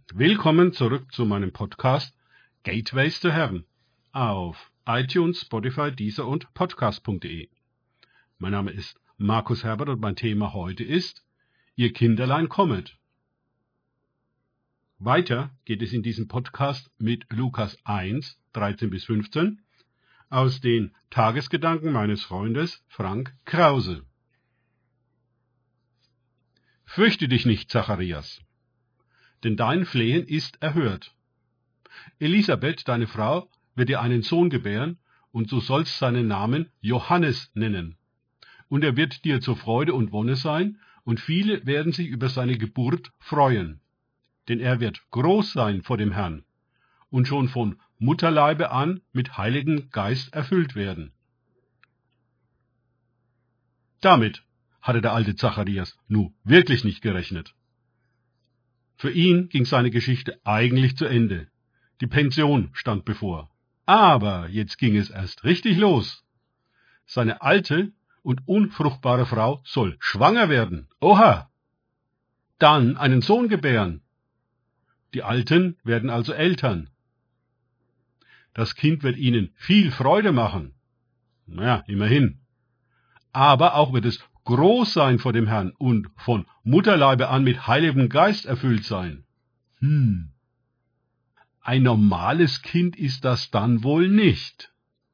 Willkommen zurück zu meinem Podcast Gateways to Heaven auf iTunes, Spotify, Deezer und Podcast.de. Mein Name ist Markus Herbert und mein Thema heute ist Ihr Kinderlein kommet. Weiter geht es in diesem Podcast mit Lukas 1, 13-15 aus den Tagesgedanken meines Freundes Frank Krause. Fürchte dich nicht, Zacharias, denn dein Flehen ist erhört. Elisabeth, deine Frau, wird dir einen Sohn gebären, und du sollst seinen Namen Johannes nennen. Und er wird dir zur Freude und Wonne sein, und viele werden sich über seine Geburt freuen. Denn er wird groß sein vor dem Herrn, und schon von Mutterleibe an mit Heiligem Geist erfüllt werden. Damit hatte der alte Zacharias nun wirklich nicht gerechnet. Für ihn ging seine Geschichte eigentlich zu Ende. Die Pension stand bevor. Aber jetzt ging es erst richtig los. Seine alte und unfruchtbare Frau soll schwanger werden. Oha! Dann einen Sohn gebären. Die Alten werden also Eltern. Das Kind wird ihnen viel Freude machen. Naja, immerhin. Aber auch wird es groß sein vor dem Herrn und von Mutterleibe an mit Heiligem Geist erfüllt sein. Ein normales Kind ist das dann wohl nicht.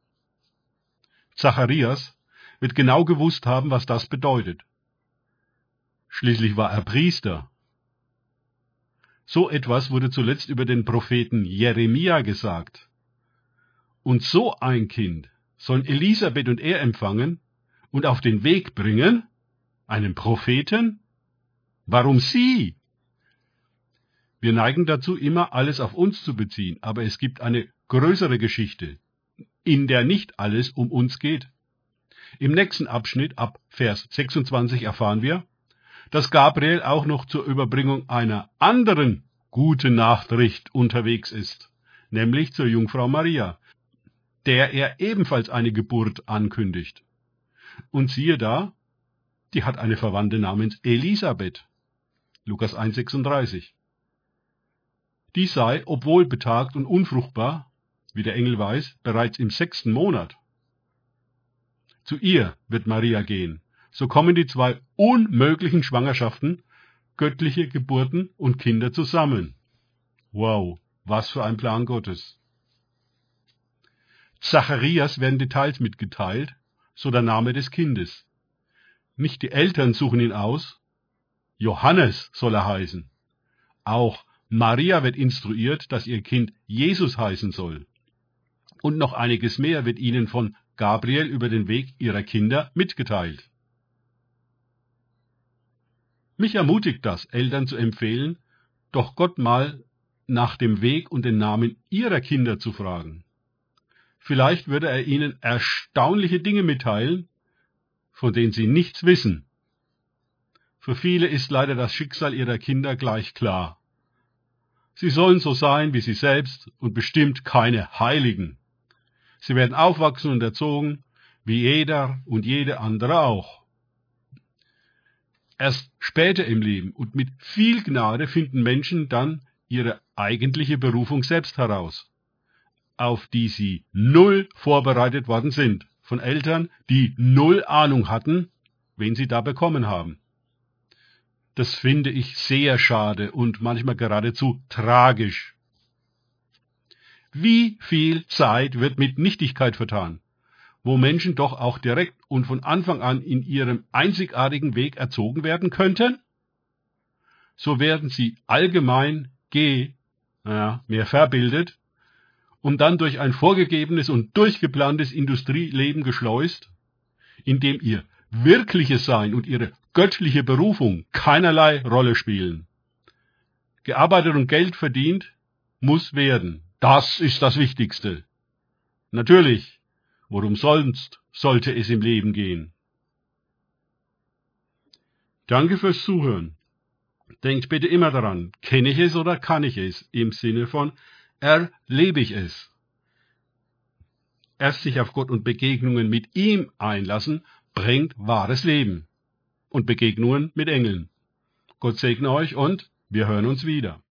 Zacharias wird genau gewusst haben, was das bedeutet. Schließlich war er Priester. So etwas wurde zuletzt über den Propheten Jeremia gesagt. Und so ein Kind sollen Elisabeth und er empfangen und auf den Weg bringen? Einen Propheten? Warum sie? Wir neigen dazu, immer alles auf uns zu beziehen, aber es gibt eine größere Geschichte, in der nicht alles um uns geht. Im nächsten Abschnitt, ab Vers 26, erfahren wir, dass Gabriel auch noch zur Überbringung einer anderen guten Nachricht unterwegs ist, nämlich zur Jungfrau Maria, der er ebenfalls eine Geburt ankündigt. Und siehe da, die hat eine Verwandte namens Elisabeth. Lukas 1,36. Die sei, obwohl betagt und unfruchtbar, wie der Engel weiß, bereits im 6. Monat. Zu ihr wird Maria gehen. So kommen die zwei unmöglichen Schwangerschaften, göttliche Geburten und Kinder zusammen. Wow, was für ein Plan Gottes. Zacharias werden Details mitgeteilt, so der Name des Kindes. Nicht die Eltern suchen ihn aus, Johannes soll er heißen. Auch Maria wird instruiert, dass ihr Kind Jesus heißen soll. Und noch einiges mehr wird ihnen von Gabriel über den Weg ihrer Kinder mitgeteilt. Mich ermutigt das, Eltern zu empfehlen, doch Gott mal nach dem Weg und den Namen ihrer Kinder zu fragen. Vielleicht würde er ihnen erstaunliche Dinge mitteilen, von denen sie nichts wissen. Für viele ist leider das Schicksal ihrer Kinder gleich klar. Sie sollen so sein wie sie selbst und bestimmt keine Heiligen. Sie werden aufwachsen und erzogen, wie jeder und jede andere auch. Erst später im Leben und mit viel Gnade finden Menschen dann ihre eigentliche Berufung selbst heraus, auf die sie null vorbereitet worden sind, von Eltern, die null Ahnung hatten, wen sie da bekommen haben. Das finde ich sehr schade und manchmal geradezu tragisch. Wie viel Zeit wird mit Nichtigkeit vertan, wo Menschen doch auch direkt und von Anfang an in ihrem einzigartigen Weg erzogen werden könnten? So werden sie allgemein mehr verbildet und dann durch ein vorgegebenes und durchgeplantes Industrieleben geschleust, in dem ihr wirkliches Sein und ihre göttliche Berufung keinerlei Rolle spielen. Gearbeitet und Geld verdient muss werden. Das ist das Wichtigste. Natürlich, worum sonst sollte es im Leben gehen? Danke fürs Zuhören. Denkt bitte immer daran, kenne ich es oder kann ich es, im Sinne von erlebe ich es. Erst sich auf Gott und Begegnungen mit ihm einlassen, bringt wahres Leben und Begegnungen mit Engeln. Gott segne euch und wir hören uns wieder.